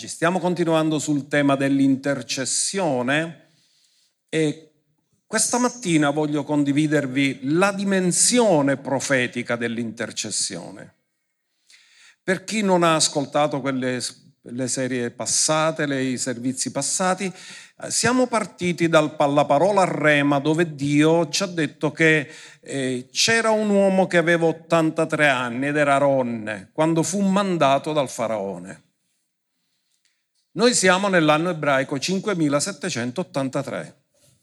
messaggi. Stiamo continuando sul tema dell'intercessione e questa mattina voglio condividervi la dimensione profetica dell'intercessione. Per chi non ha ascoltato le serie passate, i servizi passati, siamo partiti dalla parola rema, dove Dio ci ha detto che c'era un uomo che aveva 83 anni ed era Aronne, quando fu mandato dal faraone. Noi siamo nell'anno ebraico 5783.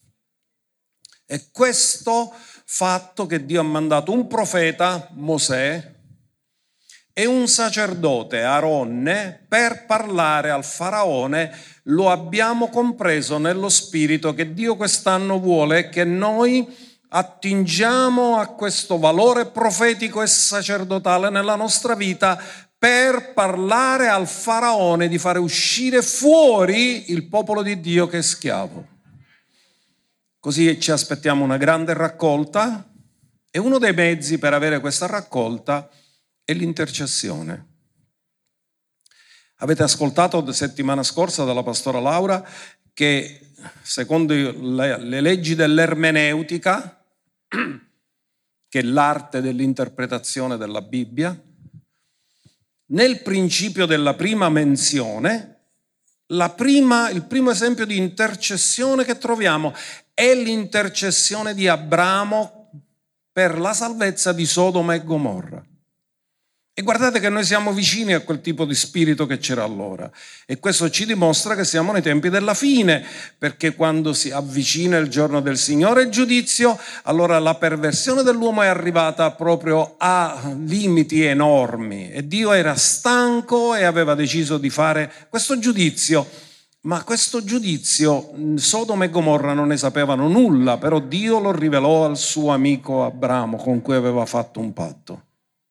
E questo fatto che Dio ha mandato un profeta, Mosè, e un sacerdote, Aronne, per parlare al faraone, lo abbiamo compreso nello spirito che Dio quest'anno vuole che noi attingiamo a questo valore profetico e sacerdotale nella nostra vita per parlare al faraone di fare uscire fuori il popolo di Dio che è schiavo. Così ci aspettiamo una grande raccolta e uno dei mezzi per avere questa raccolta è l'intercessione. Avete ascoltato la settimana scorsa dalla pastora Laura che secondo le leggi dell'ermeneutica, che è l'arte dell'interpretazione della Bibbia, nel principio della prima menzione, il primo esempio di intercessione che troviamo è l'intercessione di Abramo per la salvezza di Sodoma e Gomorra. E guardate che noi siamo vicini a quel tipo di spirito che c'era allora. E questo ci dimostra che siamo nei tempi della fine, perché quando si avvicina il giorno del Signore, il giudizio, allora la perversione dell'uomo è arrivata proprio a limiti enormi. E Dio era stanco e aveva deciso di fare questo giudizio. Ma questo giudizio, Sodoma e Gomorra non ne sapevano nulla, però Dio lo rivelò al suo amico Abramo, con cui aveva fatto un patto.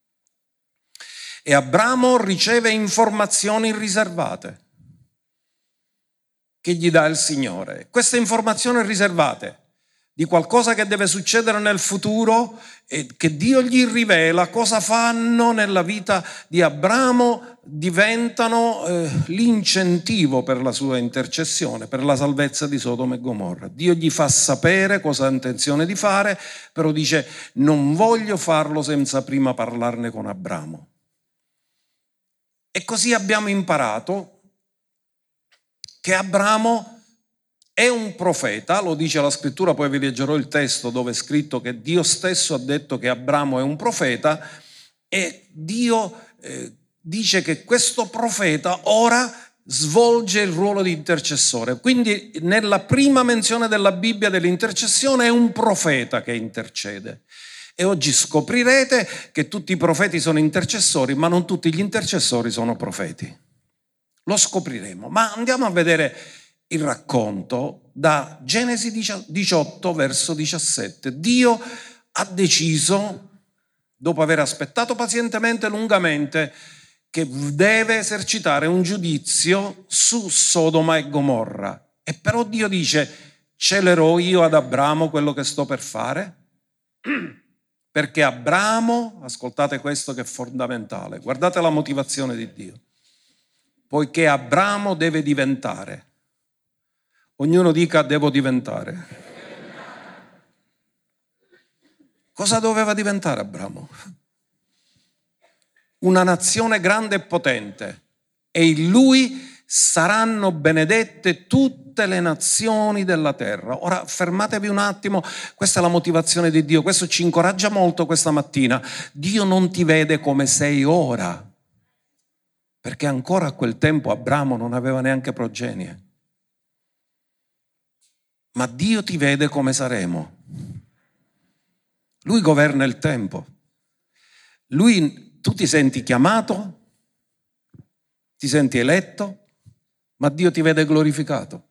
E Abramo riceve informazioni riservate che gli dà il Signore. Queste informazioni riservate di qualcosa che deve succedere nel futuro e che Dio gli rivela cosa fanno nella vita di Abramo, diventano l'incentivo per la sua intercessione, per la salvezza di Sodoma e Gomorra. Dio gli fa sapere cosa ha intenzione di fare, però dice: non voglio farlo senza prima parlarne con Abramo. E così abbiamo imparato che Abramo è un profeta, lo dice la scrittura, poi vi leggerò il testo dove è scritto che Dio stesso ha detto che Abramo è un profeta e Dio dice che questo profeta ora svolge il ruolo di intercessore. Quindi nella prima menzione della Bibbia dell'intercessione è un profeta che intercede. E oggi scoprirete che tutti i profeti sono intercessori, ma non tutti gli intercessori sono profeti. Lo scopriremo. Ma andiamo a vedere il racconto da Genesi 18, verso 17. Dio ha deciso, dopo aver aspettato pazientemente e lungamente, che deve esercitare un giudizio su Sodoma e Gomorra. E però Dio dice: celerò io ad Abramo quello che sto per fare? Perché Abramo, ascoltate questo che è fondamentale, guardate la motivazione di Dio, poiché Abramo deve diventare, ognuno dica: devo diventare. Cosa doveva diventare Abramo? Una nazione grande e potente, e in lui saranno benedette tutte le nazioni della terra. Ora fermatevi un attimo, questa è la motivazione di Dio, questo ci incoraggia molto questa mattina. Dio non ti vede come sei ora, perché ancora a quel tempo Abramo non aveva neanche progenie, ma Dio ti vede come saremo. Lui governa il tempo. Tu ti senti chiamato, ti senti eletto, ma Dio ti vede glorificato.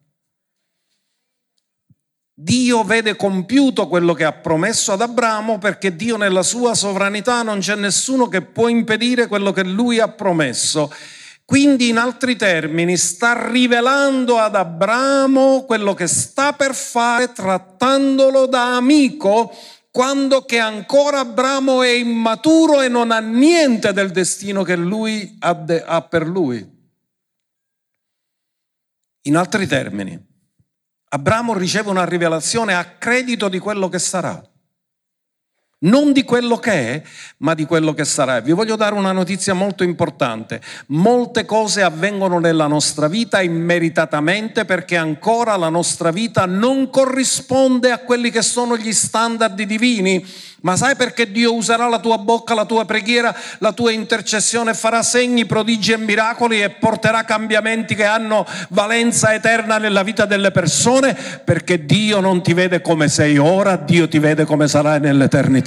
Dio vede compiuto quello che ha promesso ad Abramo, perché Dio nella sua sovranità non c'è nessuno che può impedire quello che lui ha promesso. Quindi, in altri termini, sta rivelando ad Abramo quello che sta per fare, trattandolo da amico, quando che ancora Abramo è immaturo e non ha niente del destino che lui ha per lui. In altri termini, Abramo riceve una rivelazione a credito di quello che sarà. Non di quello che è, ma di quello che sarà. Vi voglio dare una notizia molto importante. Molte cose avvengono nella nostra vita immeritatamente perché ancora la nostra vita non corrisponde a quelli che sono gli standard divini. Ma sai perché Dio userà la tua bocca, la tua preghiera, la tua intercessione, farà segni, prodigi e miracoli e porterà cambiamenti che hanno valenza eterna nella vita delle persone? Perché Dio non ti vede come sei ora, Dio ti vede come sarai nell'eternità.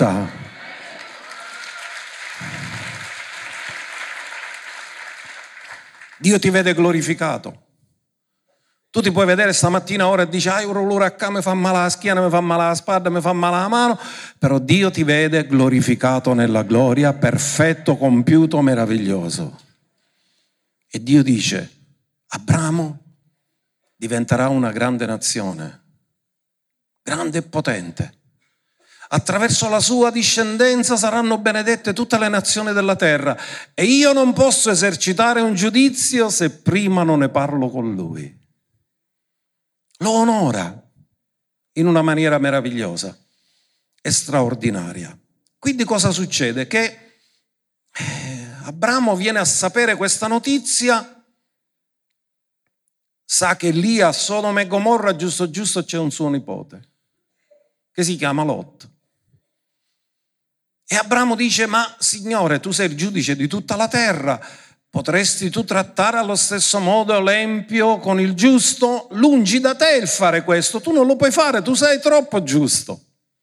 Dio ti vede glorificato. Tu ti puoi vedere stamattina ora e dici, un dolore mi fa male la schiena, mi fa male la spalla, mi fa male la mano, però Dio ti vede glorificato nella gloria, perfetto, compiuto, meraviglioso. E Dio dice, Abramo diventerà una grande nazione, grande e potente. Attraverso la sua discendenza saranno benedette tutte le nazioni della terra e io non posso esercitare un giudizio se prima non ne parlo con lui. Lo onora in una maniera meravigliosa e straordinaria. Quindi cosa succede? Che Abramo viene a sapere questa notizia, sa che lì a Sodoma e Gomorra giusto c'è un suo nipote che si chiama Lot. E Abramo dice, ma Signore, tu sei il giudice di tutta la terra, potresti tu trattare allo stesso modo l'empio con il giusto? Lungi da te il fare questo, tu non lo puoi fare, tu sei troppo giusto.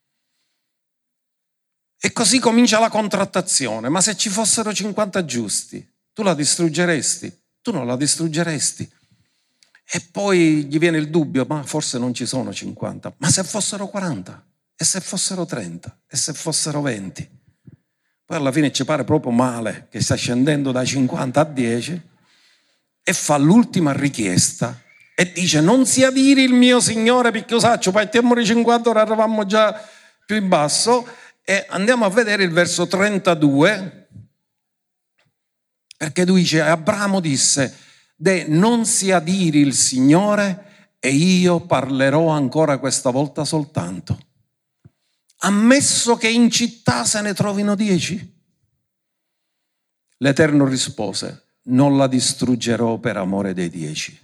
E così comincia la contrattazione. Ma se ci fossero 50 giusti, tu la distruggeresti? Tu non la distruggeresti. E poi gli viene il dubbio, ma forse non ci sono 50. Ma se fossero 40? E se fossero 30? E se fossero 20? Poi alla fine ci pare proprio male che sta scendendo da 50 a 10 e fa l'ultima richiesta e dice, non si adiri il mio Signore perché io saccio, poi tempo di 50 ora eravamo già più in basso. E andiamo a vedere il verso 32, perché lui dice, Abramo disse, non si adiri il Signore e io parlerò ancora questa volta soltanto. Ammesso che in città se ne trovino 10? L'Eterno rispose, non la distruggerò per amore dei 10.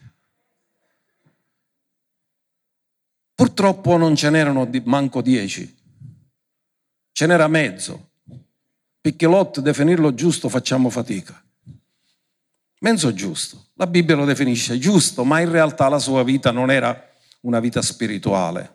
Purtroppo non ce n'erano manco 10. Ce n'era mezzo. Perché Lot, definirlo giusto, facciamo fatica. Mezzo giusto. La Bibbia lo definisce giusto, ma in realtà la sua vita non era una vita spirituale.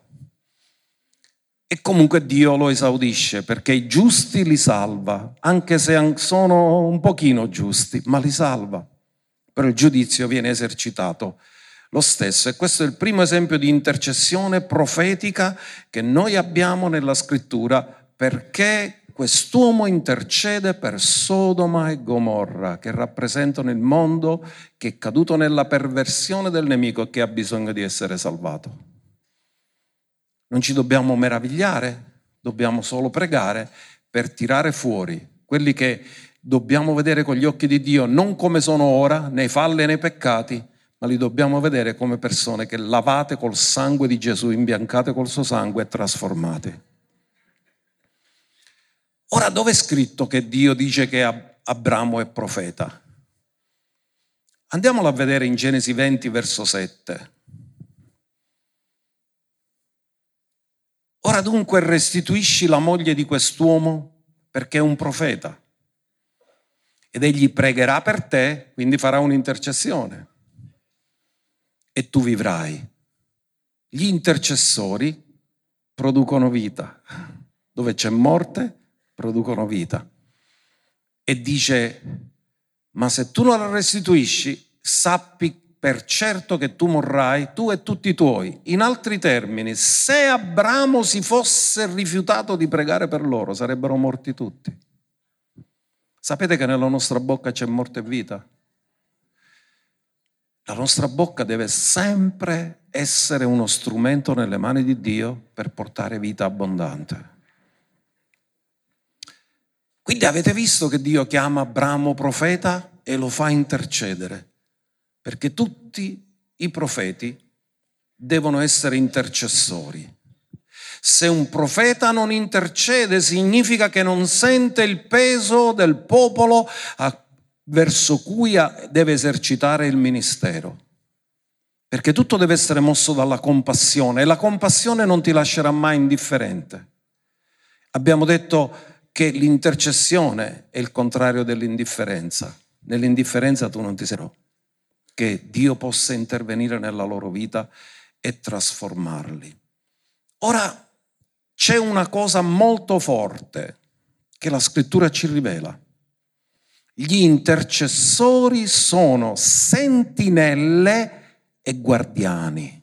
E comunque Dio lo esaudisce perché i giusti li salva, anche se sono un pochino giusti, ma li salva. Però il giudizio viene esercitato lo stesso. E questo è il primo esempio di intercessione profetica che noi abbiamo nella Scrittura, perché quest'uomo intercede per Sodoma e Gomorra, che rappresentano il mondo che è caduto nella perversione del nemico e che ha bisogno di essere salvato. Non ci dobbiamo meravigliare, dobbiamo solo pregare per tirare fuori quelli che dobbiamo vedere con gli occhi di Dio, non come sono ora, nei falli e nei peccati, ma li dobbiamo vedere come persone che lavate col sangue di Gesù, imbiancate col suo sangue e trasformate. Ora, dove è scritto che Dio dice che Abramo è profeta? Andiamolo a vedere in Genesi 20, verso 7. Ora dunque restituisci la moglie di quest'uomo perché è un profeta ed egli pregherà per te, quindi farà un'intercessione e tu vivrai. Gli intercessori producono vita. Dove c'è morte, producono vita. E dice, ma se tu non la restituisci, sappi per certo che tu morrai, tu e tutti i tuoi. In altri termini, se Abramo si fosse rifiutato di pregare per loro, sarebbero morti tutti. Sapete che nella nostra bocca c'è morte e vita? La nostra bocca deve sempre essere uno strumento nelle mani di Dio per portare vita abbondante. Quindi avete visto che Dio chiama Abramo profeta e lo fa intercedere, perché tutti i profeti devono essere intercessori. Se un profeta non intercede, significa che non sente il peso del popolo verso cui deve esercitare il ministero. Perché tutto deve essere mosso dalla compassione, e la compassione non ti lascerà mai indifferente. Abbiamo detto che l'intercessione è il contrario dell'indifferenza. Nell'indifferenza tu non ti servirà. Che Dio possa intervenire nella loro vita e trasformarli. Ora, c'è una cosa molto forte che la Scrittura ci rivela. Gli intercessori sono sentinelle e guardiani.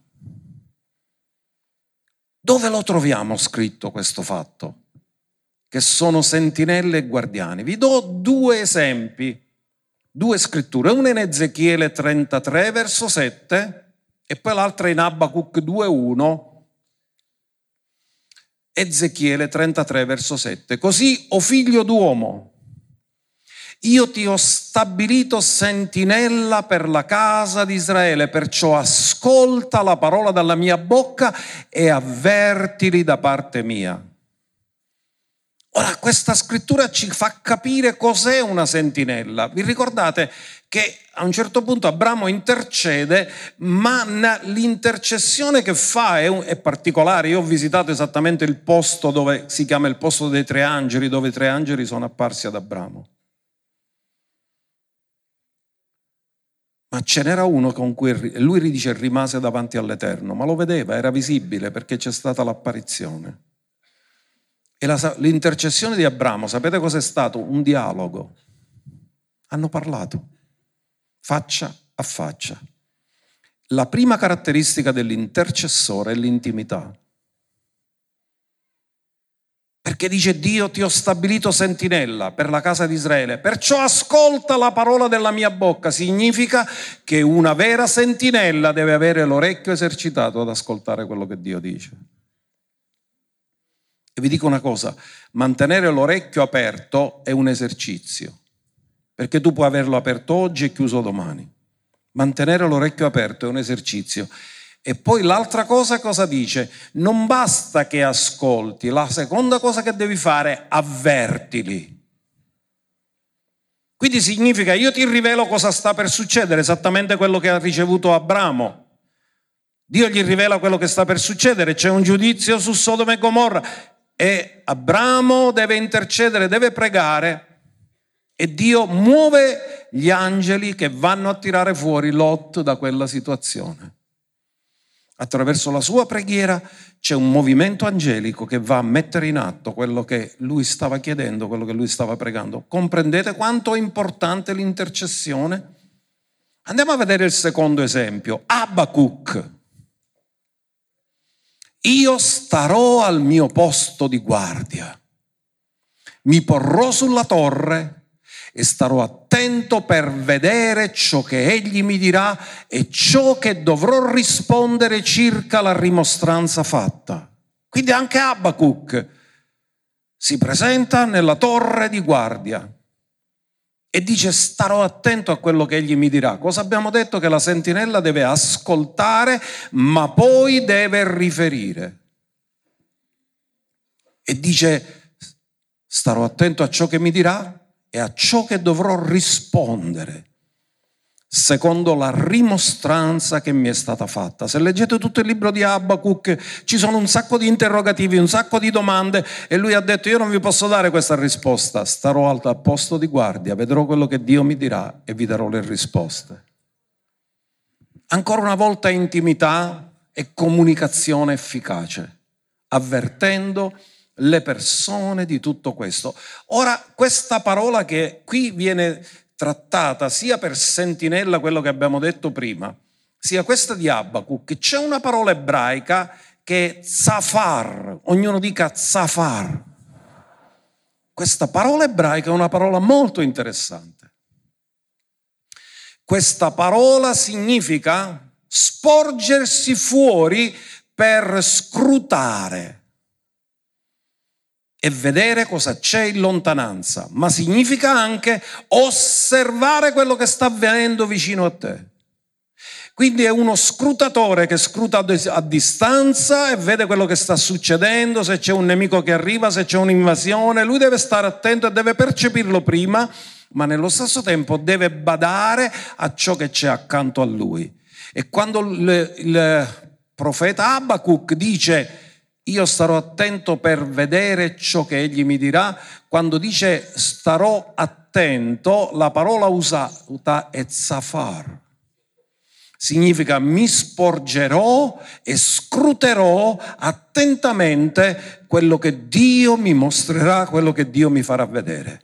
Dove lo troviamo scritto questo fatto? Che sono sentinelle e guardiani. Vi do due esempi, due scritture. Una in Ezechiele 33, verso 7, e poi l'altra in Abacuc 2:1. Ezechiele 33, verso 7. Così, o figlio d'uomo, io ti ho stabilito sentinella per la casa di Israele, perciò ascolta la parola dalla mia bocca e avvertili da parte mia. Ora, questa scrittura ci fa capire cos'è una sentinella. Vi ricordate che a un certo punto Abramo intercede, ma l'intercessione che fa è particolare. Io ho visitato esattamente il posto dove si chiama il posto dei tre angeli, dove i tre angeli sono apparsi ad Abramo. Ma ce n'era uno con cui lui dice rimase davanti all'Eterno, ma lo vedeva, era visibile perché c'è stata l'apparizione. E l'intercessione di Abramo, sapete cos'è stato? Un dialogo. Hanno parlato, faccia a faccia. La prima caratteristica dell'intercessore è l'intimità. Perché dice Dio ti ho stabilito sentinella per la casa di Israele, perciò ascolta la parola della mia bocca. Significa che una vera sentinella deve avere l'orecchio esercitato ad ascoltare quello che Dio dice. E vi dico una cosa, mantenere l'orecchio aperto è un esercizio, perché tu puoi averlo aperto oggi e chiuso domani. Mantenere l'orecchio aperto è un esercizio. E poi l'altra cosa dice? Non basta che ascolti, la seconda cosa che devi fare, avvertili. Quindi significa io ti rivelo cosa sta per succedere, esattamente quello che ha ricevuto Abramo. Dio gli rivela quello che sta per succedere, c'è un giudizio su Sodoma e Gomorra e Abramo deve intercedere, deve pregare e Dio muove gli angeli che vanno a tirare fuori Lot da quella situazione. Attraverso la sua preghiera c'è un movimento angelico che va a mettere in atto quello che lui stava chiedendo, quello che lui stava pregando. Comprendete quanto è importante l'intercessione? Andiamo a vedere il secondo esempio, Abacuc. Io starò al mio posto di guardia, mi porrò sulla torre e starò attento per vedere ciò che egli mi dirà e ciò che dovrò rispondere circa la rimostranza fatta. Quindi anche Abacuc si presenta nella torre di guardia e dice starò attento a quello che egli mi dirà. Cosa abbiamo detto? Che la sentinella deve ascoltare ma poi deve riferire. E dice starò attento a ciò che mi dirà e a ciò che dovrò rispondere secondo la rimostranza che mi è stata fatta. Se leggete tutto il libro di Abacuc ci sono un sacco di interrogativi, un sacco di domande e lui ha detto io non vi posso dare questa risposta, starò al posto di guardia, vedrò quello che Dio mi dirà e vi darò le risposte. Ancora una volta intimità e comunicazione efficace, avvertendo le persone di tutto questo. Ora, questa parola che qui viene trattata sia per sentinella, quello che abbiamo detto prima, sia questa di Abacuc, c'è una parola ebraica che è tzafar, ognuno dica tzafar. Questa parola ebraica è una parola molto interessante. Questa parola significa sporgersi fuori per scrutare e vedere cosa c'è in lontananza, ma significa anche osservare quello che sta avvenendo vicino a te. Quindi è uno scrutatore che scruta a distanza e vede quello che sta succedendo, se c'è un nemico che arriva, se c'è un'invasione. Lui deve stare attento e deve percepirlo prima, ma nello stesso tempo deve badare a ciò che c'è accanto a lui. E quando il profeta Abacuc dice io starò attento per vedere ciò che egli mi dirà, quando dice starò attento, la parola usata è tzafar. Significa mi sporgerò e scruterò attentamente quello che Dio mi mostrerà, quello che Dio mi farà vedere.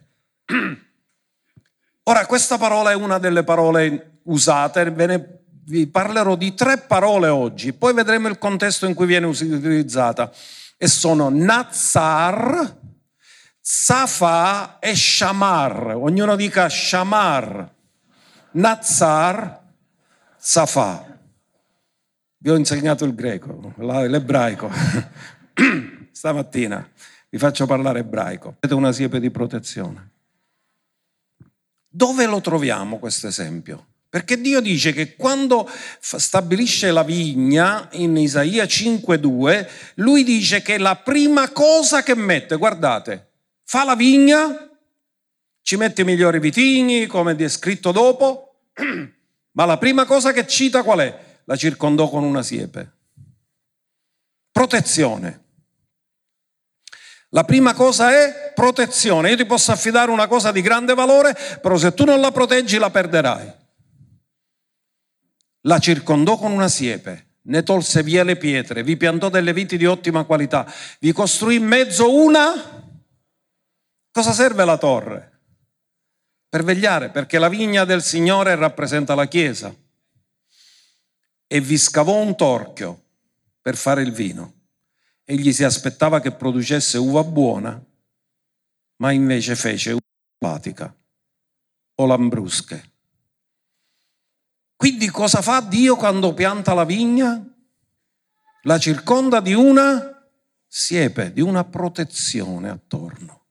Ora, questa parola è una delle parole usate, vi parlerò di 3 parole oggi, poi vedremo il contesto in cui viene utilizzata, e sono Nazzar, Tzafa e Shamar. Ognuno dica Shamar, Nazzar, Tzafa. Vi ho insegnato il greco, l'ebraico. Stamattina vi faccio parlare ebraico. Avete una siepe di protezione. Dove lo troviamo questo esempio? Perché Dio dice che quando stabilisce la vigna, in Isaia 5,2, lui dice che la prima cosa che mette, guardate, fa la vigna, ci mette i migliori vitigni, come è descritto dopo, ma la prima cosa che cita qual è? La circondò con una siepe. Protezione. La prima cosa è protezione. Io ti posso affidare una cosa di grande valore, però se tu non la proteggi la perderai. La circondò con una siepe, ne tolse via le pietre, vi piantò delle viti di ottima qualità, vi costruì in mezzo una... Cosa serve la torre? Per vegliare, perché la vigna del Signore rappresenta la Chiesa. E vi scavò un torchio per fare il vino. Egli si aspettava che producesse uva buona, ma invece fece uva patica o lambrusche. Quindi cosa fa Dio quando pianta la vigna? La circonda di una siepe, di una protezione attorno.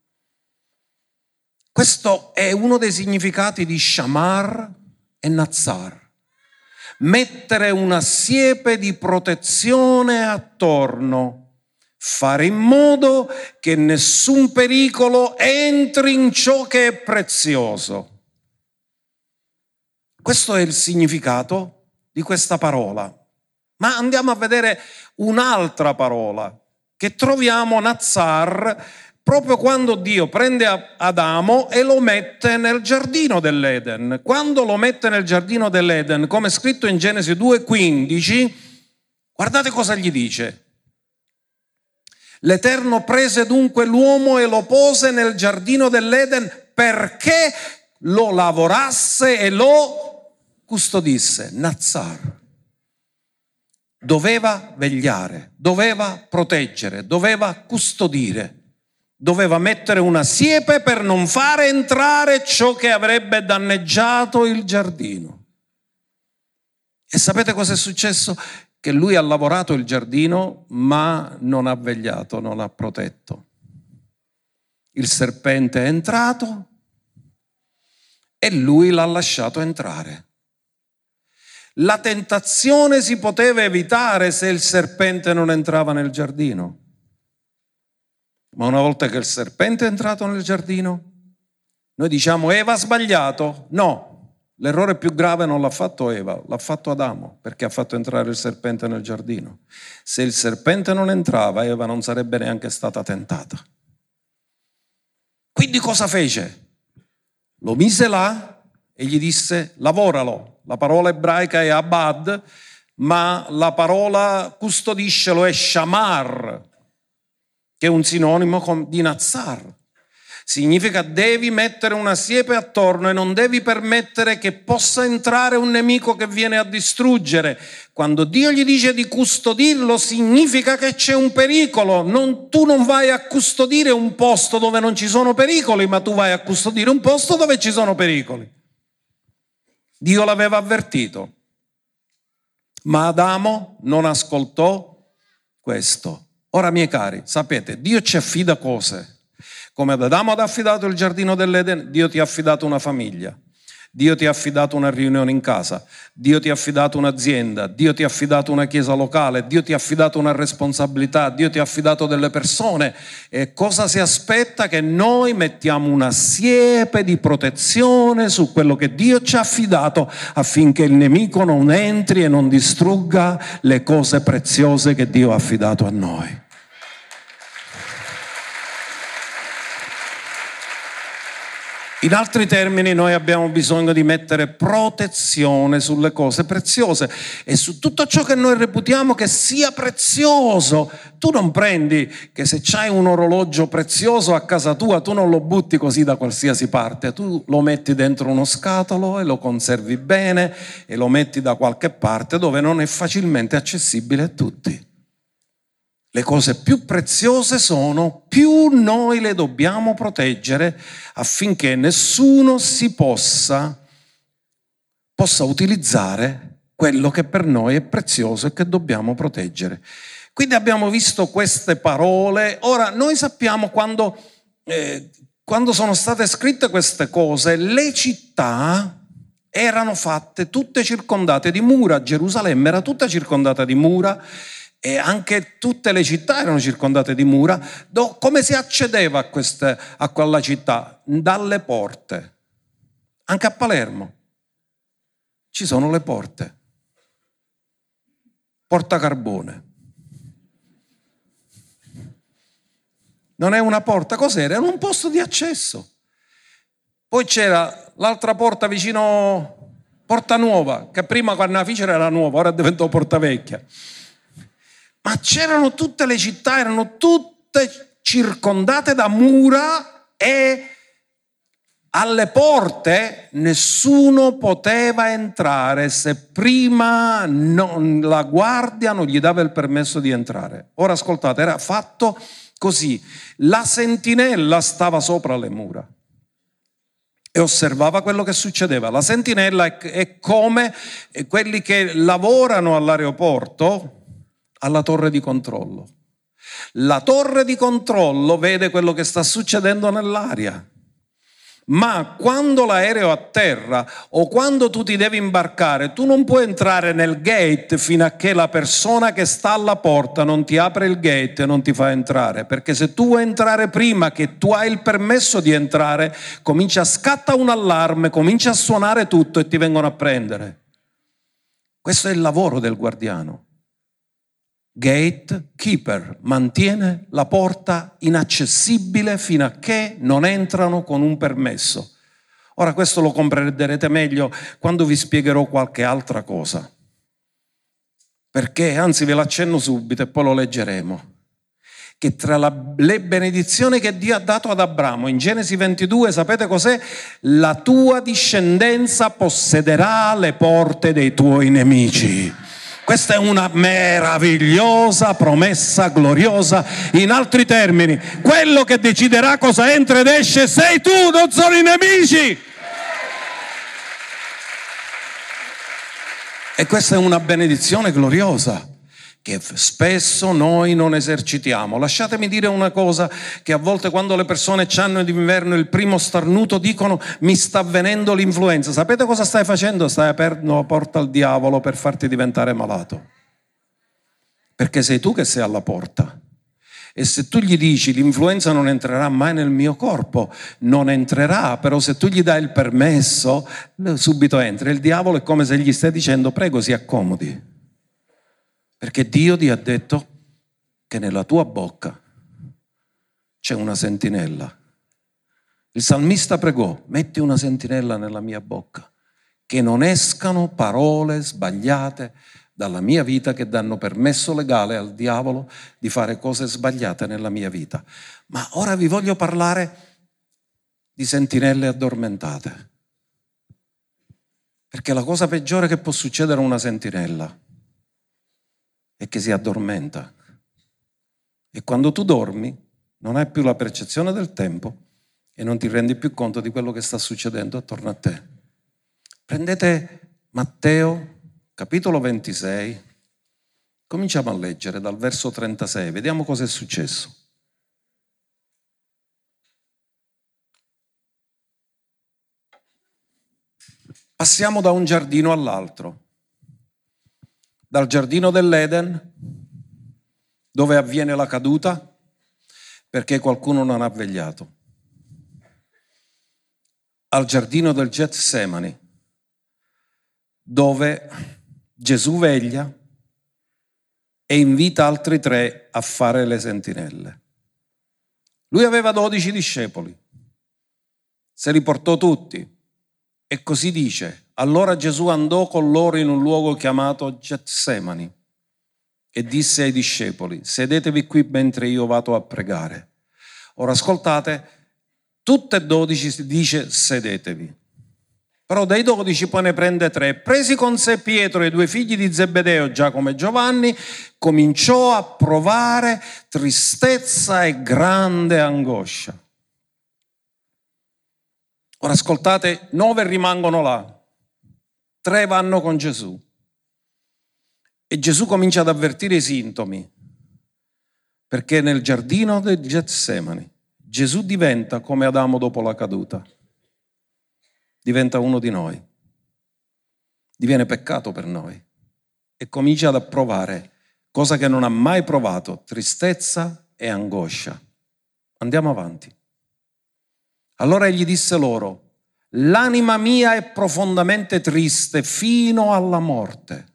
Questo è uno dei significati di Shamar e Nazzar. Mettere una siepe di protezione attorno, fare in modo che nessun pericolo entri in ciò che è prezioso. Questo è il significato di questa parola. Ma andiamo a vedere un'altra parola che troviamo Nazzar proprio quando Dio prende Adamo e lo mette nel giardino dell'Eden. Quando lo mette nel giardino dell'Eden, come è scritto in Genesi 2,15, guardate cosa gli dice. L'Eterno prese dunque l'uomo e lo pose nel giardino dell'Eden perché lo lavorasse e lo custodisse. Nazzar. Doveva vegliare, doveva proteggere, doveva custodire. Doveva mettere una siepe per non fare entrare ciò che avrebbe danneggiato il giardino. E sapete cosa è successo? Che lui ha lavorato il giardino, ma non ha vegliato, non ha protetto. Il serpente è entrato e lui l'ha lasciato entrare. La tentazione si poteva evitare se il serpente non entrava nel giardino. Ma una volta che il serpente è entrato nel giardino, noi diciamo Eva ha sbagliato. No, l'errore più grave non l'ha fatto Eva, l'ha fatto Adamo, perché ha fatto entrare il serpente nel giardino. Se il serpente non entrava, Eva non sarebbe neanche stata tentata. Quindi cosa fece? Lo mise là e gli disse lavoralo. La parola ebraica è abad, ma la parola custodiscelo è shamar, che è un sinonimo di Nazzar. Significa devi mettere una siepe attorno e non devi permettere che possa entrare un nemico che viene a distruggere. Quando Dio gli dice di custodirlo significa che c'è un pericolo. Tu non vai a custodire un posto dove non ci sono pericoli, ma tu vai a custodire un posto dove ci sono pericoli. Dio l'aveva avvertito, ma Adamo non ascoltò questo. Ora, miei cari, sapete, Dio ci affida cose. Come ad Adamo ha affidato il giardino dell'Eden, Dio ti ha affidato una famiglia. Dio ti ha affidato una riunione in casa, Dio ti ha affidato un'azienda, Dio ti ha affidato una chiesa locale, Dio ti ha affidato una responsabilità, Dio ti ha affidato delle persone. E cosa si aspetta? Che noi mettiamo una siepe di protezione su quello che Dio ci ha affidato, affinché il nemico non entri e non distrugga le cose preziose che Dio ha affidato a noi. In altri termini, noi abbiamo bisogno di mettere protezione sulle cose preziose e su tutto ciò che noi reputiamo che sia prezioso. Tu non prendi che se c'hai un orologio prezioso a casa tua, tu non lo butti così da qualsiasi parte, tu lo metti dentro uno scatolo e lo conservi bene e lo metti da qualche parte dove non è facilmente accessibile a tutti. Le cose più preziose sono, più noi le dobbiamo proteggere affinché nessuno possa utilizzare quello che per noi è prezioso e che dobbiamo proteggere. Quindi abbiamo visto queste parole. Ora, noi sappiamo quando sono state scritte queste cose, le città erano fatte tutte circondate di mura. Gerusalemme era tutta circondata di mura. E anche tutte le città erano circondate di mura. Come si accedeva a quella città? Dalle porte. Anche a Palermo ci sono le porte. Porta Carbone. Non è una porta, cos'era? Era un posto di accesso. Poi c'era l'altra porta vicino Porta Nuova, che prima quando la fecero era nuova, ora è diventato Porta Vecchia. Ma c'erano tutte le città, erano tutte circondate da mura e alle porte nessuno poteva entrare se prima la guardia non gli dava il permesso di entrare. Ora ascoltate, era fatto così. La sentinella stava sopra le mura e osservava quello che succedeva. La sentinella è come quelli che lavorano all'aeroporto alla torre di controllo. La torre di controllo vede quello che sta succedendo nell'aria, ma quando l'aereo atterra o quando tu ti devi imbarcare, tu non puoi entrare nel gate fino a che la persona che sta alla porta non ti apre il gate e non ti fa entrare, perché se tu vuoi entrare prima che tu hai il permesso di entrare, scatta un allarme, comincia a suonare tutto e ti vengono a prendere. Questo è il lavoro del guardiano. Gatekeeper mantiene la porta inaccessibile fino a che non entrano con un permesso. Ora questo lo comprenderete meglio quando vi spiegherò qualche altra cosa, perché anzi ve l'accenno subito e poi lo leggeremo, che tra le benedizioni che Dio ha dato ad Abramo in Genesi 22, sapete cos'è? La tua discendenza possederà le porte dei tuoi nemici. Questa è una meravigliosa promessa gloriosa. In altri termini, quello che deciderà cosa entra ed esce sei tu, non sono i nemici. E questa è una benedizione gloriosa che spesso noi non esercitiamo. Lasciatemi dire una cosa, che a volte quando le persone hanno d'inverno il primo starnuto dicono mi sta avvenendo l'influenza. Sapete cosa stai facendo? Stai aprendo la porta al diavolo per farti diventare malato, perché sei tu che sei alla porta. E se tu gli dici l'influenza non entrerà mai nel mio corpo, non entrerà, però se tu gli dai il permesso subito entra. Il diavolo è come se gli stai dicendo prego si accomodi, perché Dio ti ha detto che nella tua bocca c'è una sentinella. Il salmista pregò, metti una sentinella nella mia bocca, che non escano parole sbagliate dalla mia vita che danno permesso legale al diavolo di fare cose sbagliate nella mia vita. Ma ora vi voglio parlare di sentinelle addormentate, perché la cosa peggiore che può succedere a una sentinella è che si addormenta, e quando tu dormi non hai più la percezione del tempo e non ti rendi più conto di quello che sta succedendo attorno a te. Prendete Matteo capitolo 26, cominciamo a leggere dal verso 36, vediamo cosa è successo. Passiamo da un giardino all'altro, dal giardino dell'Eden, dove avviene la caduta, perché qualcuno non ha vegliato, al giardino del Getsemani, dove Gesù veglia e invita altri 3 a fare le sentinelle. Lui aveva 12 discepoli, se li portò tutti e così dice: allora Gesù andò con loro in un luogo chiamato Getsemani e disse ai discepoli: sedetevi qui mentre io vado a pregare. Ora ascoltate, tutte e 12 si dice sedetevi. Però dai 12 poi ne prende 3. Presi con sé Pietro e i 2 figli di Zebedeo, Giacomo e Giovanni, cominciò a provare tristezza e grande angoscia. Ora ascoltate, 9 rimangono là, 3 vanno con Gesù. E Gesù comincia ad avvertire i sintomi, perché nel giardino del Getsemani Gesù diventa come Adamo dopo la caduta. Diventa uno di noi, diviene peccato per noi e comincia ad approvare cosa che non ha mai provato, tristezza e angoscia. Andiamo avanti. Allora egli disse loro: l'anima mia è profondamente triste fino alla morte.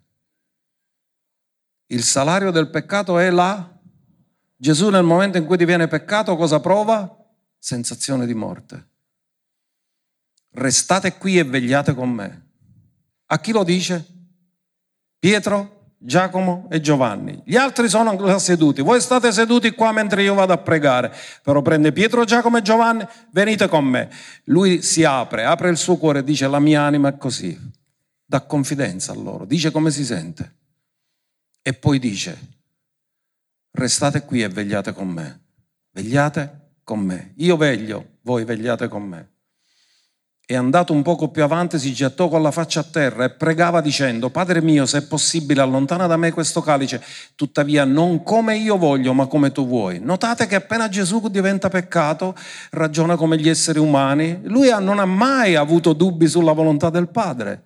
Il salario del peccato è la... Gesù nel momento in cui diviene peccato cosa prova? Sensazione di morte. Restate qui e vegliate con me. A chi lo dice? Pietro, Giacomo e Giovanni. Gli altri sono seduti. Voi state seduti qua mentre io vado a pregare. Però prende Pietro, Giacomo e Giovanni, venite con me. Lui si apre il suo cuore e dice: la mia anima è così. Dà confidenza a loro, dice come si sente. E poi dice: restate qui e vegliate con me. Vegliate con me. Io veglio, voi vegliate con me. E andato un poco più avanti si gettò con la faccia a terra e pregava dicendo: Padre mio, se è possibile, allontana da me questo calice, tuttavia non come io voglio, ma come tu vuoi. Notate che appena Gesù diventa peccato, ragiona come gli esseri umani. Lui non ha mai avuto dubbi sulla volontà del Padre.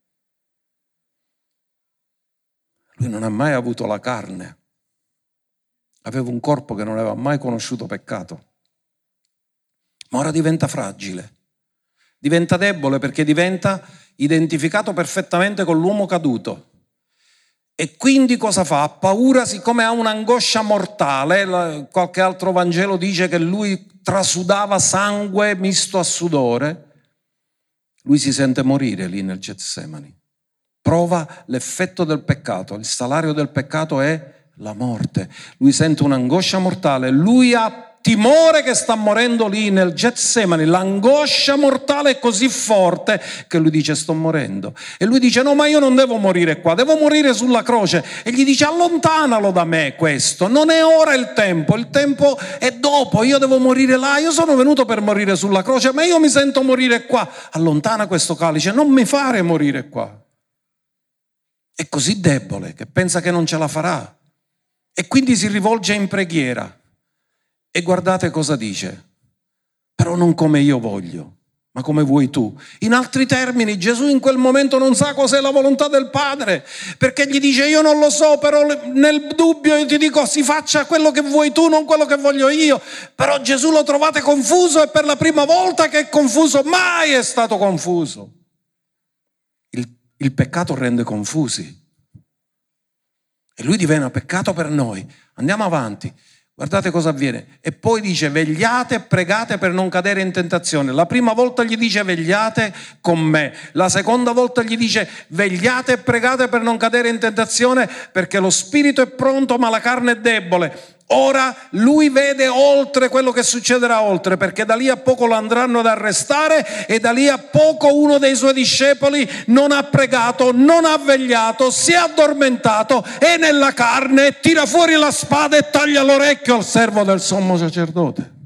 Lui non ha mai avuto la carne. Aveva un corpo che non aveva mai conosciuto peccato. Ma ora diventa fragile. Diventa debole perché diventa identificato perfettamente con l'uomo caduto. E quindi cosa fa? Ha paura, siccome ha un'angoscia mortale. Qualche altro Vangelo dice che lui trasudava sangue misto a sudore. Lui si sente morire lì nel Getsemani. Prova l'effetto del peccato. Il salario del peccato è la morte. Lui sente un'angoscia mortale. Lui ha timore che sta morendo lì nel Getsemani. L'angoscia mortale è così forte che lui dice: sto morendo. E lui dice: no, ma io non devo morire qua, devo morire sulla croce. E gli dice: allontanalo da me questo, non è ora il tempo è dopo, io devo morire là, io sono venuto per morire sulla croce, ma io mi sento morire qua. Allontana questo calice, non mi fare morire qua. È così debole che pensa che non ce la farà e quindi si rivolge in preghiera. E guardate cosa dice: però non come io voglio, ma come vuoi tu. In altri termini, Gesù in quel momento non sa cos'è la volontà del Padre, perché gli dice: io non lo so, però nel dubbio io ti dico si faccia quello che vuoi tu, non quello che voglio io. Però Gesù lo trovate confuso, e per la prima volta che è confuso, mai è stato confuso. Il peccato rende confusi e lui diviene peccato per noi. Andiamo avanti. Guardate cosa avviene. E poi dice: vegliate e pregate per non cadere in tentazione. La prima volta gli dice: vegliate con me. La seconda volta gli dice: vegliate e pregate per non cadere in tentazione, perché lo spirito è pronto ma la carne è debole. Ora lui vede oltre quello che succederà oltre, perché da lì a poco lo andranno ad arrestare e da lì a poco uno dei suoi discepoli non ha pregato, non ha vegliato, si è addormentato, è nella carne, tira fuori la spada e taglia l'orecchio al servo del sommo sacerdote.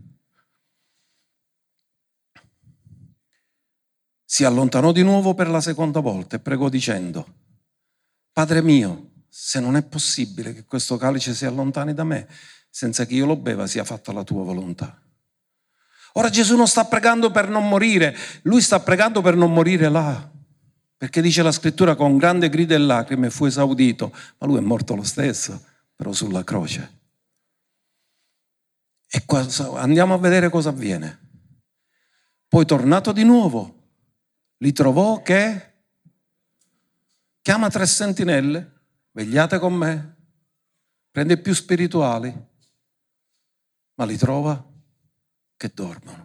Si allontanò di nuovo per la seconda volta e pregò dicendo: Padre mio, se non è possibile che questo calice si allontani da me, senza che io lo beva, sia fatta la tua volontà. Ora Gesù non sta pregando per non morire, lui sta pregando per non morire là. Perché dice la scrittura, con grande grida e lacrime fu esaudito, ma lui è morto lo stesso, però sulla croce. E andiamo a vedere cosa avviene. Poi tornato di nuovo, li trovò che chiama 3 sentinelle, vegliate con me, prende i più spirituali, ma li trova che dormono.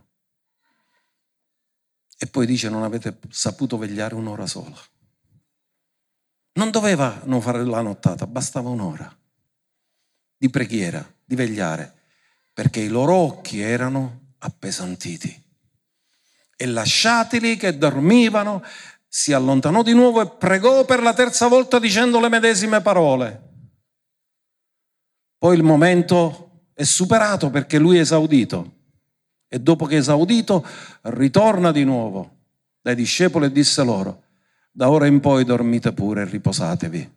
E poi dice, non avete saputo vegliare un'ora sola. Non dovevano fare la nottata, bastava un'ora di preghiera, di vegliare, perché i loro occhi erano appesantiti. E lasciatili che dormivano, si allontanò di nuovo e pregò per la 3ª volta dicendo le medesime parole. Poi il momento è superato perché lui è esaudito. E dopo che è esaudito, ritorna di nuovo dai discepoli e disse loro, da ora in poi dormite pure e riposatevi.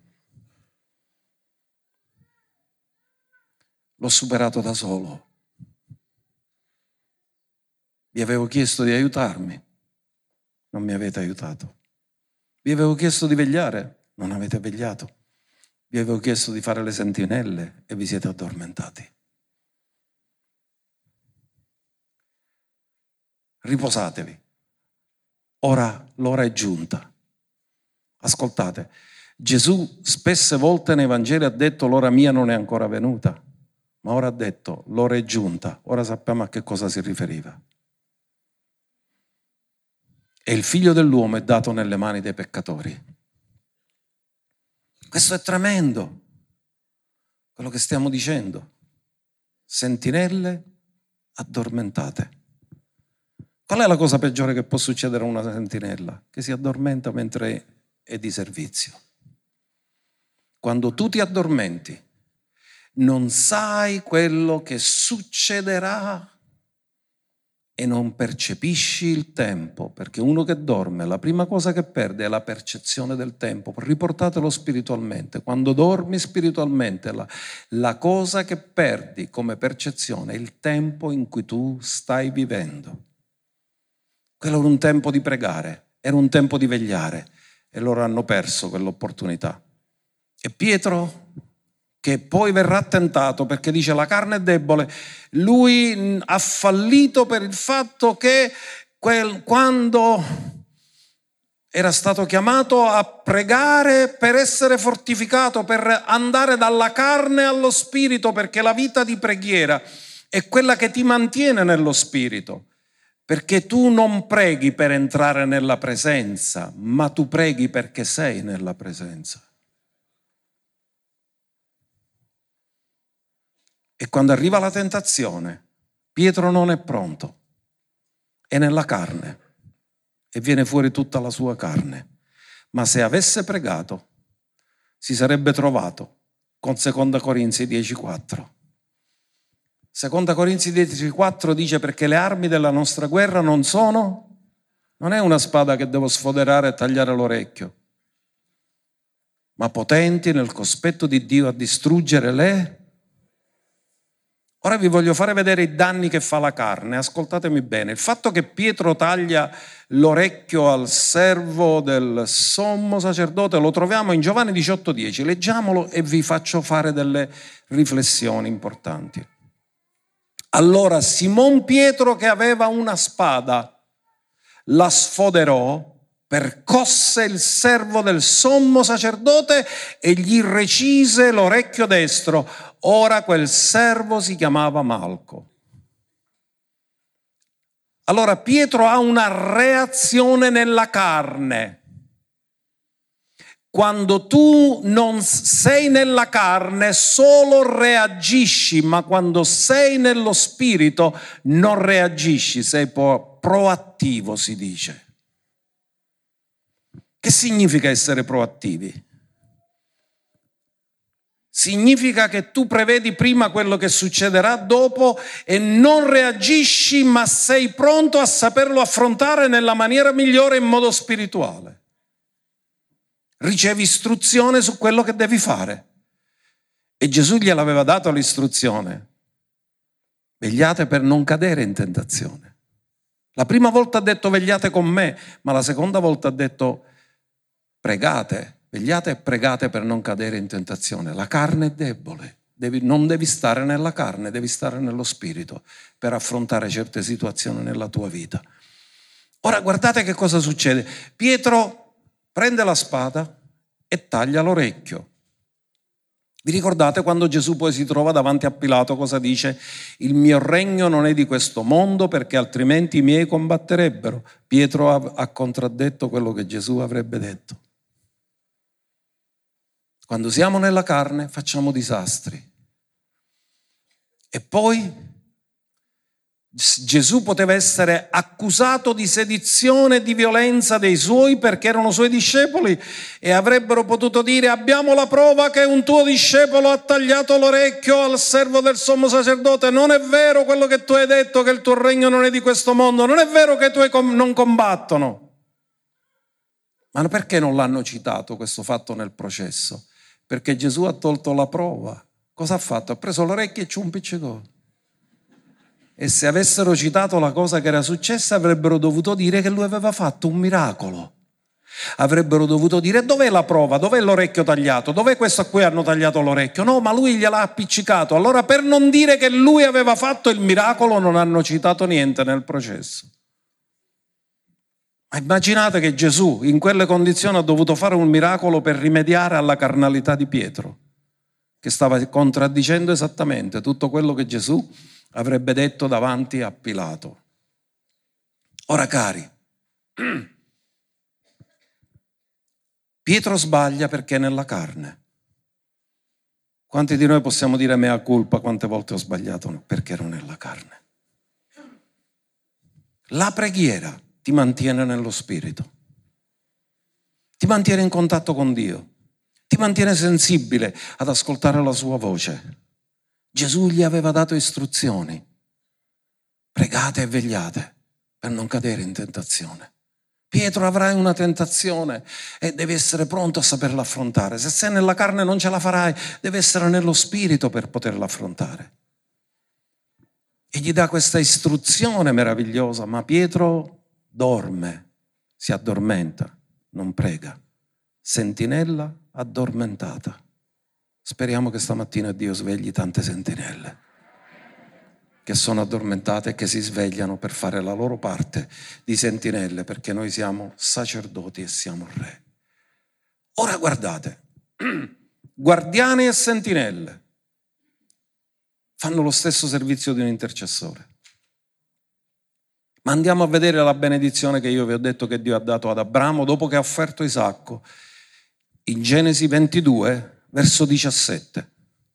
L'ho superato da solo. Vi avevo chiesto di aiutarmi, non mi avete aiutato. Vi avevo chiesto di vegliare, non avete vegliato. Vi avevo chiesto di fare le sentinelle e vi siete addormentati. Riposatevi. Ora l'ora è giunta. Ascoltate, Gesù spesse volte nei Vangeli ha detto l'ora mia non è ancora venuta, ma ora ha detto l'ora è giunta. Ora sappiamo a che cosa si riferiva. E il figlio dell'uomo è dato nelle mani dei peccatori. Questo è tremendo, quello che stiamo dicendo. Sentinelle addormentate. Qual è la cosa peggiore che può succedere a una sentinella? Che si addormenta mentre è di servizio. Quando tu ti addormenti, non sai quello che succederà e non percepisci il tempo, perché uno che dorme, la prima cosa che perde è la percezione del tempo. Riportatelo spiritualmente. Quando dormi spiritualmente, la cosa che perdi come percezione è il tempo in cui tu stai vivendo. Quello era un tempo di pregare, era un tempo di vegliare e loro hanno perso quell'opportunità. E Pietro, che poi verrà tentato perché dice la carne è debole, lui ha fallito per il fatto che quando era stato chiamato a pregare per essere fortificato, per andare dalla carne allo spirito, perché la vita di preghiera è quella che ti mantiene nello spirito. Perché tu non preghi per entrare nella presenza, ma tu preghi perché sei nella presenza. E quando arriva la tentazione, Pietro non è pronto, è nella carne e viene fuori tutta la sua carne. Ma se avesse pregato, si sarebbe trovato con 2 Corinzi 10,4. 2 Corinzi 10,4 dice perché le armi della nostra guerra non è una spada che devo sfoderare e tagliare l'orecchio, ma potenti nel cospetto di Dio a distruggere le... Ora vi voglio fare vedere i danni che fa la carne, ascoltatemi bene. Il fatto che Pietro taglia l'orecchio al servo del sommo sacerdote lo troviamo in Giovanni 18,10. Leggiamolo e vi faccio fare delle riflessioni importanti. Allora Simon Pietro, che aveva una spada, la sfoderò, percosse il servo del sommo sacerdote e gli recise l'orecchio destro. Ora quel servo si chiamava Malco. Allora Pietro ha una reazione nella carne. Quando tu non sei nella carne solo reagisci, ma quando sei nello spirito non reagisci, sei proattivo, si dice. Che significa essere proattivi? Significa che tu prevedi prima quello che succederà dopo e non reagisci, ma sei pronto a saperlo affrontare nella maniera migliore in modo spirituale. Ricevi istruzione su quello che devi fare. E Gesù gliel'aveva dato l'istruzione. Vegliate per non cadere in tentazione. La prima volta ha detto vegliate con me, ma la seconda volta ha detto pregate, vegliate e pregate per non cadere in tentazione. La carne è debole, non devi stare nella carne, devi stare nello spirito per affrontare certe situazioni nella tua vita. Ora guardate che cosa succede. Pietro prende la spada e taglia l'orecchio. Vi ricordate quando Gesù poi si trova davanti a Pilato cosa dice? Il mio regno non è di questo mondo perché altrimenti i miei combatterebbero. Pietro ha contraddetto quello che Gesù avrebbe detto. Quando siamo nella carne facciamo disastri. E poi Gesù poteva essere accusato di sedizione e di violenza dei suoi perché erano suoi discepoli e avrebbero potuto dire: abbiamo la prova che un tuo discepolo ha tagliato l'orecchio al servo del sommo sacerdote. Non è vero quello che tu hai detto, che il tuo regno non è di questo mondo. Non è vero che i tuoi non combattono. Ma perché non l'hanno citato questo fatto nel processo? Perché Gesù ha tolto la prova. Cosa ha fatto? Ha preso l'orecchio e ci un piccicò. E se avessero citato la cosa che era successa avrebbero dovuto dire che lui aveva fatto un miracolo. Avrebbero dovuto dire: dov'è la prova? Dov'è l'orecchio tagliato? Dov'è questo a cui hanno tagliato l'orecchio? No, ma lui gliel'ha appiccicato. Allora, per non dire che lui aveva fatto il miracolo, non hanno citato niente nel processo. Ma immaginate che Gesù in quelle condizioni ha dovuto fare un miracolo per rimediare alla carnalità di Pietro, che stava contraddicendo esattamente tutto quello che Gesù avrebbe detto davanti a Pilato. Ora, cari, Pietro sbaglia perché è nella carne. Quanti di noi possiamo dire mea culpa quante volte ho sbagliato perché ero nella carne? La preghiera ti mantiene nello spirito, ti mantiene in contatto con Dio, ti mantiene sensibile ad ascoltare la sua voce. Gesù gli aveva dato istruzioni: pregate e vegliate per non cadere in tentazione. Pietro, avrai una tentazione e devi essere pronto a saperla affrontare. Se sei nella carne non ce la farai, devi essere nello spirito per poterla affrontare. E gli dà questa istruzione meravigliosa, ma Pietro dorme, si addormenta, non prega. Sentinella addormentata. Speriamo che stamattina Dio svegli tante sentinelle che sono addormentate e che si svegliano per fare la loro parte di sentinelle, perché noi siamo sacerdoti e siamo re. Ora guardate, guardiani e sentinelle fanno lo stesso servizio di un intercessore. Ma andiamo a vedere la benedizione che io vi ho detto che Dio ha dato ad Abramo dopo che ha offerto Isacco, in Genesi 22, verso 17.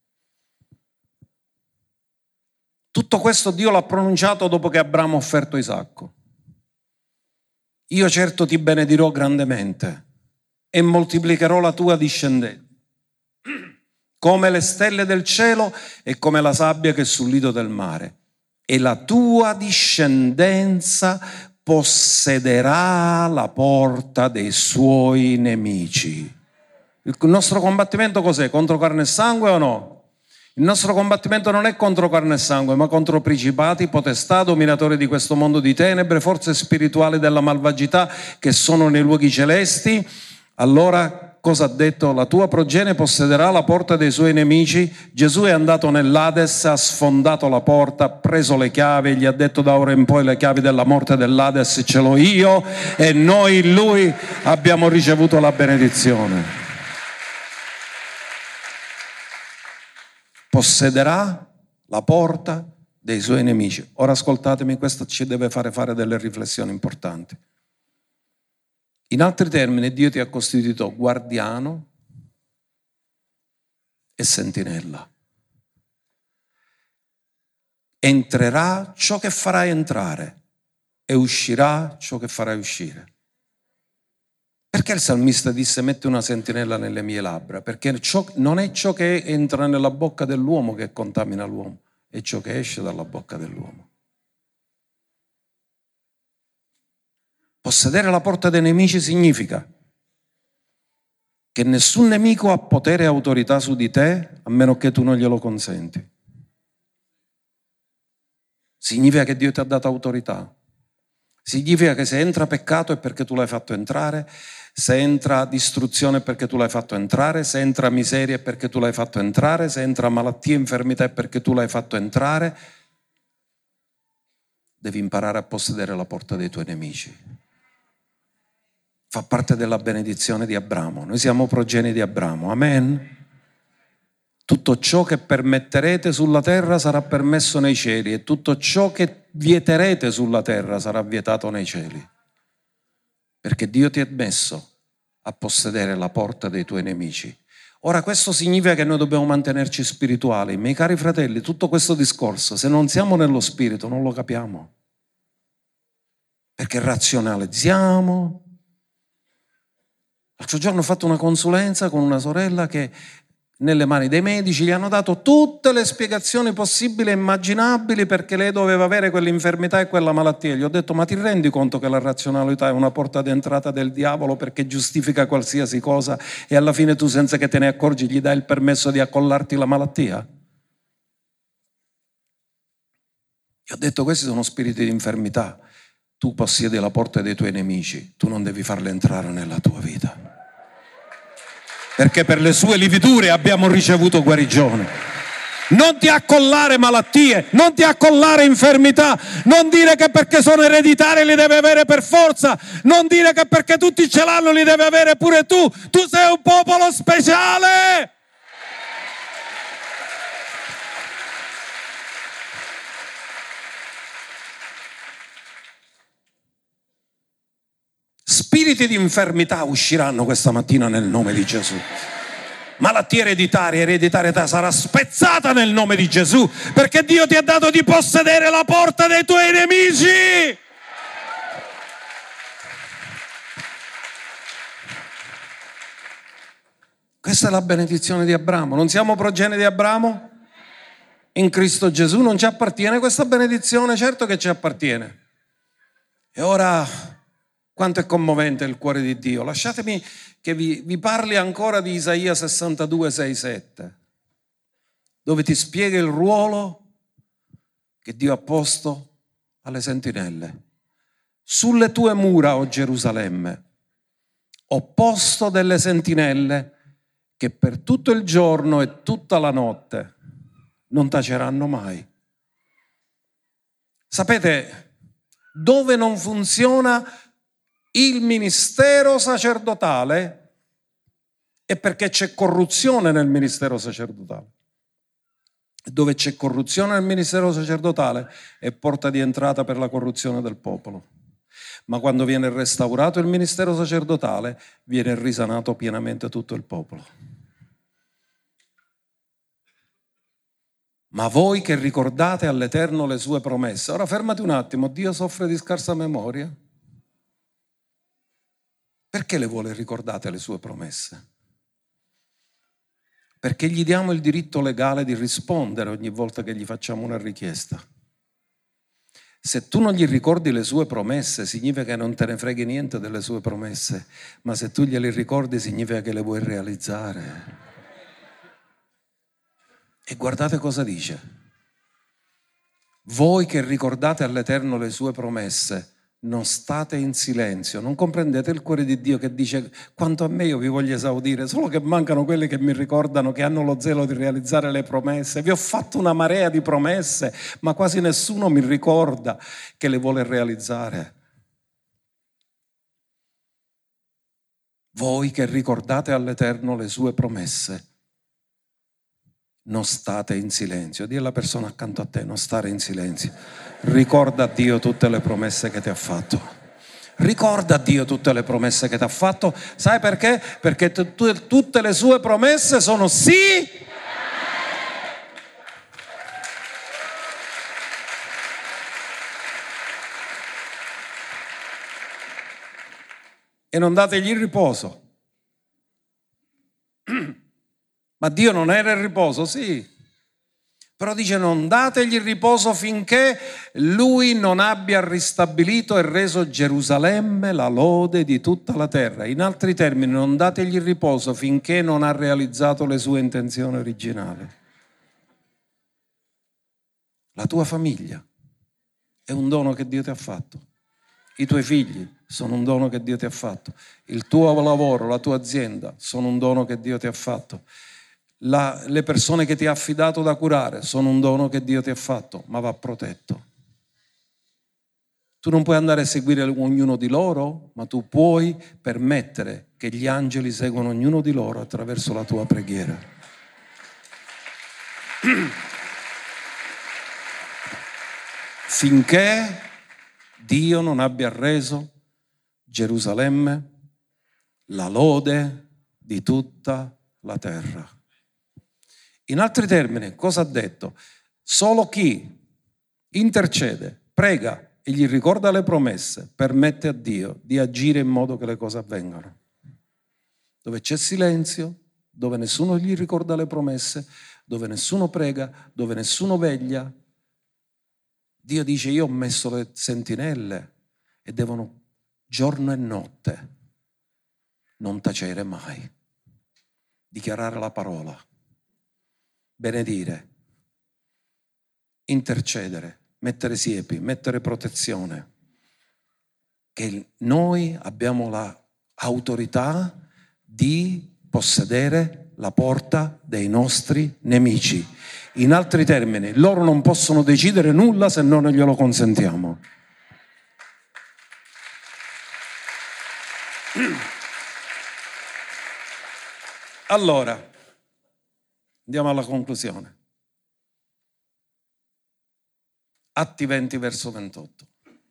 Tutto questo Dio l'ha pronunciato dopo che Abramo ha offerto Isacco. Io certo ti benedirò grandemente e moltiplicherò la tua discendenza, come le stelle del cielo e come la sabbia che è sul lido del mare. E la tua discendenza possederà la porta dei suoi nemici. Il nostro combattimento cos'è? Contro carne e sangue o no? Il nostro combattimento non è contro carne e sangue, ma contro principati, potestà, dominatori di questo mondo di tenebre, forze spirituali della malvagità che sono nei luoghi celesti. Allora, cosa ha detto? La tua progenie possederà la porta dei suoi nemici. Gesù è andato nell'Ades, ha sfondato la porta, ha preso le chiavi, gli ha detto: da ora in poi le chiavi della morte dell'Ades ce l'ho io, e noi in lui abbiamo ricevuto la benedizione. Possederà la porta dei suoi nemici. Ora ascoltatemi, questo ci deve fare delle riflessioni importanti. In altri termini, Dio ti ha costituito guardiano e sentinella. Entrerà ciò che farai entrare e uscirà ciò che farai uscire. Perché il salmista disse: metti una sentinella nelle mie labbra? Perché non è ciò che entra nella bocca dell'uomo che contamina l'uomo, è ciò che esce dalla bocca dell'uomo. Possedere la porta dei nemici significa che nessun nemico ha potere e autorità su di te a meno che tu non glielo consenti. Significa che Dio ti ha dato autorità. Significa che se entra peccato è perché tu l'hai fatto entrare, se entra distruzione è perché tu l'hai fatto entrare, se entra miseria è perché tu l'hai fatto entrare, se entra malattia e infermità è perché tu l'hai fatto entrare. Devi imparare a possedere la porta dei tuoi nemici. Fa parte della benedizione di Abramo. Noi siamo progenie di Abramo. Amen. Tutto ciò che permetterete sulla terra sarà permesso nei cieli e tutto ciò che vieterete sulla terra sarà vietato nei cieli. Perché Dio ti ha messo a possedere la porta dei tuoi nemici. Ora questo significa che noi dobbiamo mantenerci spirituali. Miei cari fratelli, tutto questo discorso, se non siamo nello spirito, non lo capiamo. Perché razionalizziamo. L'altro giorno ho fatto una consulenza con una sorella che nelle mani dei medici gli hanno dato tutte le spiegazioni possibili e immaginabili perché lei doveva avere quell'infermità e quella malattia. Gli ho detto: ma ti rendi conto che la razionalità è una porta d'entrata del diavolo perché giustifica qualsiasi cosa e alla fine tu, senza che te ne accorgi, gli dai il permesso di accollarti la malattia? Gli ho detto: questi sono spiriti di infermità. Tu possiedi la porta dei tuoi nemici, tu non devi farli entrare nella tua vita. Perché per le sue lividure abbiamo ricevuto guarigione. Non ti accollare malattie, non ti accollare infermità, non dire che perché sono ereditari li devi avere per forza, non dire che perché tutti ce l'hanno li devi avere pure tu. Tu sei un popolo speciale. Spiriti di infermità usciranno questa mattina nel nome di Gesù. Malattia ereditaria, ereditarietà sarà spezzata nel nome di Gesù, perché Dio ti ha dato di possedere la porta dei tuoi nemici. Questa è la benedizione di Abramo. Non siamo progenie di Abramo? In Cristo Gesù non ci appartiene questa benedizione? Certo che ci appartiene. E ora, quanto è commovente il cuore di Dio. Lasciatemi che vi parli ancora di Isaia 62, 6, 7, dove ti spiega il ruolo che Dio ha posto alle sentinelle. Sulle tue mura, o Gerusalemme, ho posto delle sentinelle che per tutto il giorno e tutta la notte non taceranno mai. Sapete, dove non funziona il ministero sacerdotale è perché c'è corruzione nel ministero sacerdotale. Dove c'è corruzione nel ministero sacerdotale è porta di entrata per la corruzione del popolo. Ma quando viene restaurato il ministero sacerdotale, viene risanato pienamente tutto il popolo. Ma voi che ricordate all'Eterno le sue promesse. Ora fermati un attimo, Dio soffre di scarsa memoria? Perché le vuole ricordate le sue promesse? Perché gli diamo il diritto legale di rispondere ogni volta che gli facciamo una richiesta. Se tu non gli ricordi le sue promesse, significa che non te ne freghi niente delle sue promesse, ma se tu gliele ricordi significa che le vuoi realizzare. E guardate cosa dice. Voi che ricordate all'Eterno le sue promesse, non state in silenzio, non comprendete il cuore di Dio che dice: quanto a me io vi voglio esaudire, solo che mancano quelli che mi ricordano, che hanno lo zelo di realizzare le promesse. Vi ho fatto una marea di promesse, ma quasi nessuno mi ricorda che le vuole realizzare. Voi che ricordate all'Eterno le sue promesse, non state in silenzio. Dì alla persona accanto a te: non stare in silenzio. Ricorda a Dio tutte le promesse che ti ha fatto. Ricorda a Dio tutte le promesse che ti ha fatto. Sai perché? Perché tutte le sue promesse sono sì. E non dategli il riposo. Ma Dio non era il riposo? Sì. Però dice: non dategli il riposo finché Lui non abbia ristabilito e reso Gerusalemme la lode di tutta la terra. In altri termini, non dategli il riposo finché non ha realizzato le sue intenzioni originali. La tua famiglia è un dono che Dio ti ha fatto. I tuoi figli sono un dono che Dio ti ha fatto. Il tuo lavoro, la tua azienda sono un dono che Dio ti ha fatto. Le persone che ti ha affidato da curare sono un dono che Dio ti ha fatto, ma va protetto. Tu non puoi andare a seguire ognuno di loro, ma tu puoi permettere che gli angeli seguano ognuno di loro attraverso la tua preghiera. Finché Dio non abbia reso Gerusalemme la lode di tutta la terra. In altri termini, cosa ha detto? Solo chi intercede, prega e gli ricorda le promesse, permette a Dio di agire in modo che le cose avvengano. Dove c'è silenzio, dove nessuno gli ricorda le promesse, dove nessuno prega, dove nessuno veglia, Dio dice: io ho messo le sentinelle e devono giorno e notte non tacere mai, dichiarare la parola, benedire, intercedere, mettere siepi, mettere protezione, che noi abbiamo l'autorità di possedere la porta dei nostri nemici. In altri termini, loro non possono decidere nulla se noi non glielo consentiamo. Allora, andiamo alla conclusione. Atti 20 verso 28.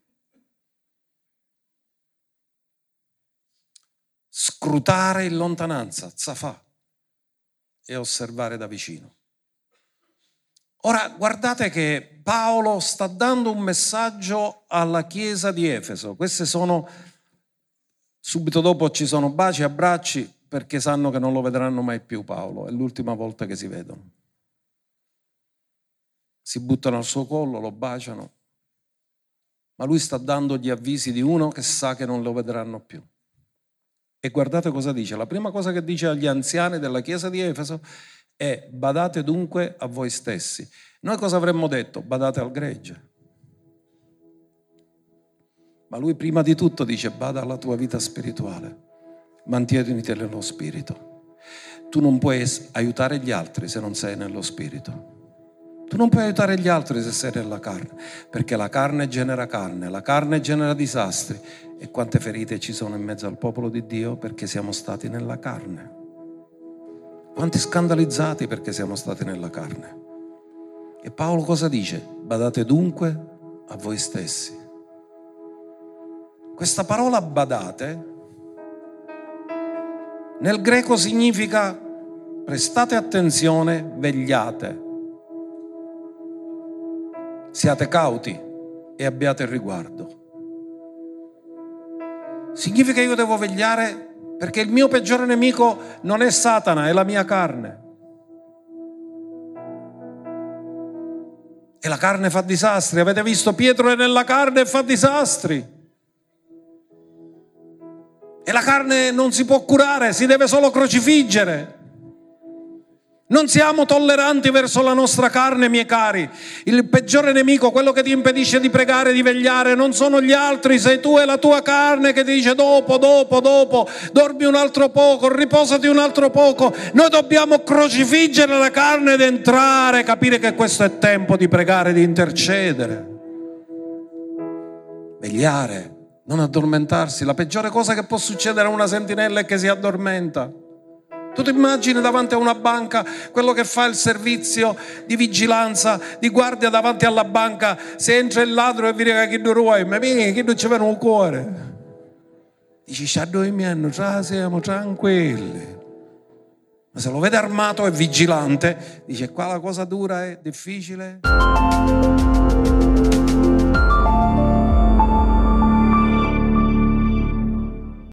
Scrutare in lontananza, zafà, e osservare da vicino. Ora guardate che Paolo sta dando un messaggio alla chiesa di Efeso. Queste sono, subito dopo ci sono baci e abbracci, perché sanno che non lo vedranno mai più Paolo, è l'ultima volta che si vedono. Si buttano al suo collo, lo baciano, ma lui sta dando gli avvisi di uno che sa che non lo vedranno più. E guardate cosa dice. La prima cosa che dice agli anziani della chiesa di Efeso è: badate dunque a voi stessi. Noi cosa avremmo detto? Badate al gregge. Ma lui prima di tutto dice: bada alla tua vita spirituale, mantieniti nello spirito. Tu non puoi aiutare gli altri se non sei nello spirito. Tu non puoi aiutare gli altri se sei nella carne, perché la carne genera disastri. E quante ferite ci sono in mezzo al popolo di Dio perché siamo stati nella carne. Quanti scandalizzati perché siamo stati nella carne. E Paolo cosa dice? Badate dunque a voi stessi. Questa parola badate nel greco significa prestate attenzione, vegliate. Siate cauti e abbiate riguardo. Significa io devo vegliare perché il mio peggiore nemico non è Satana, è la mia carne. E la carne fa disastri. Avete visto? Pietro è nella carne e fa disastri. E la carne non si può curare, si deve solo crocifiggere. Non siamo tolleranti verso la nostra carne, miei cari. Il peggiore nemico, quello che ti impedisce di pregare, di vegliare, non sono gli altri, sei tu e la tua carne che ti dice dopo, dormi un altro poco, riposati un altro poco. Noi dobbiamo crocifiggere la carne ed entrare, capire che questo è tempo di pregare, di intercedere. Vegliare, non addormentarsi. La peggiore cosa che può succedere a una sentinella è che si addormenta. Tu ti immagini davanti a una banca quello che fa il servizio di vigilanza, di guardia davanti alla banca, se entra il ladro e vede che non vuoi, ma che non ci va un cuore. Dici, c'ha 2 anni, siamo tranquilli. Ma se lo vede armato e vigilante, dice, qua la cosa dura è difficile.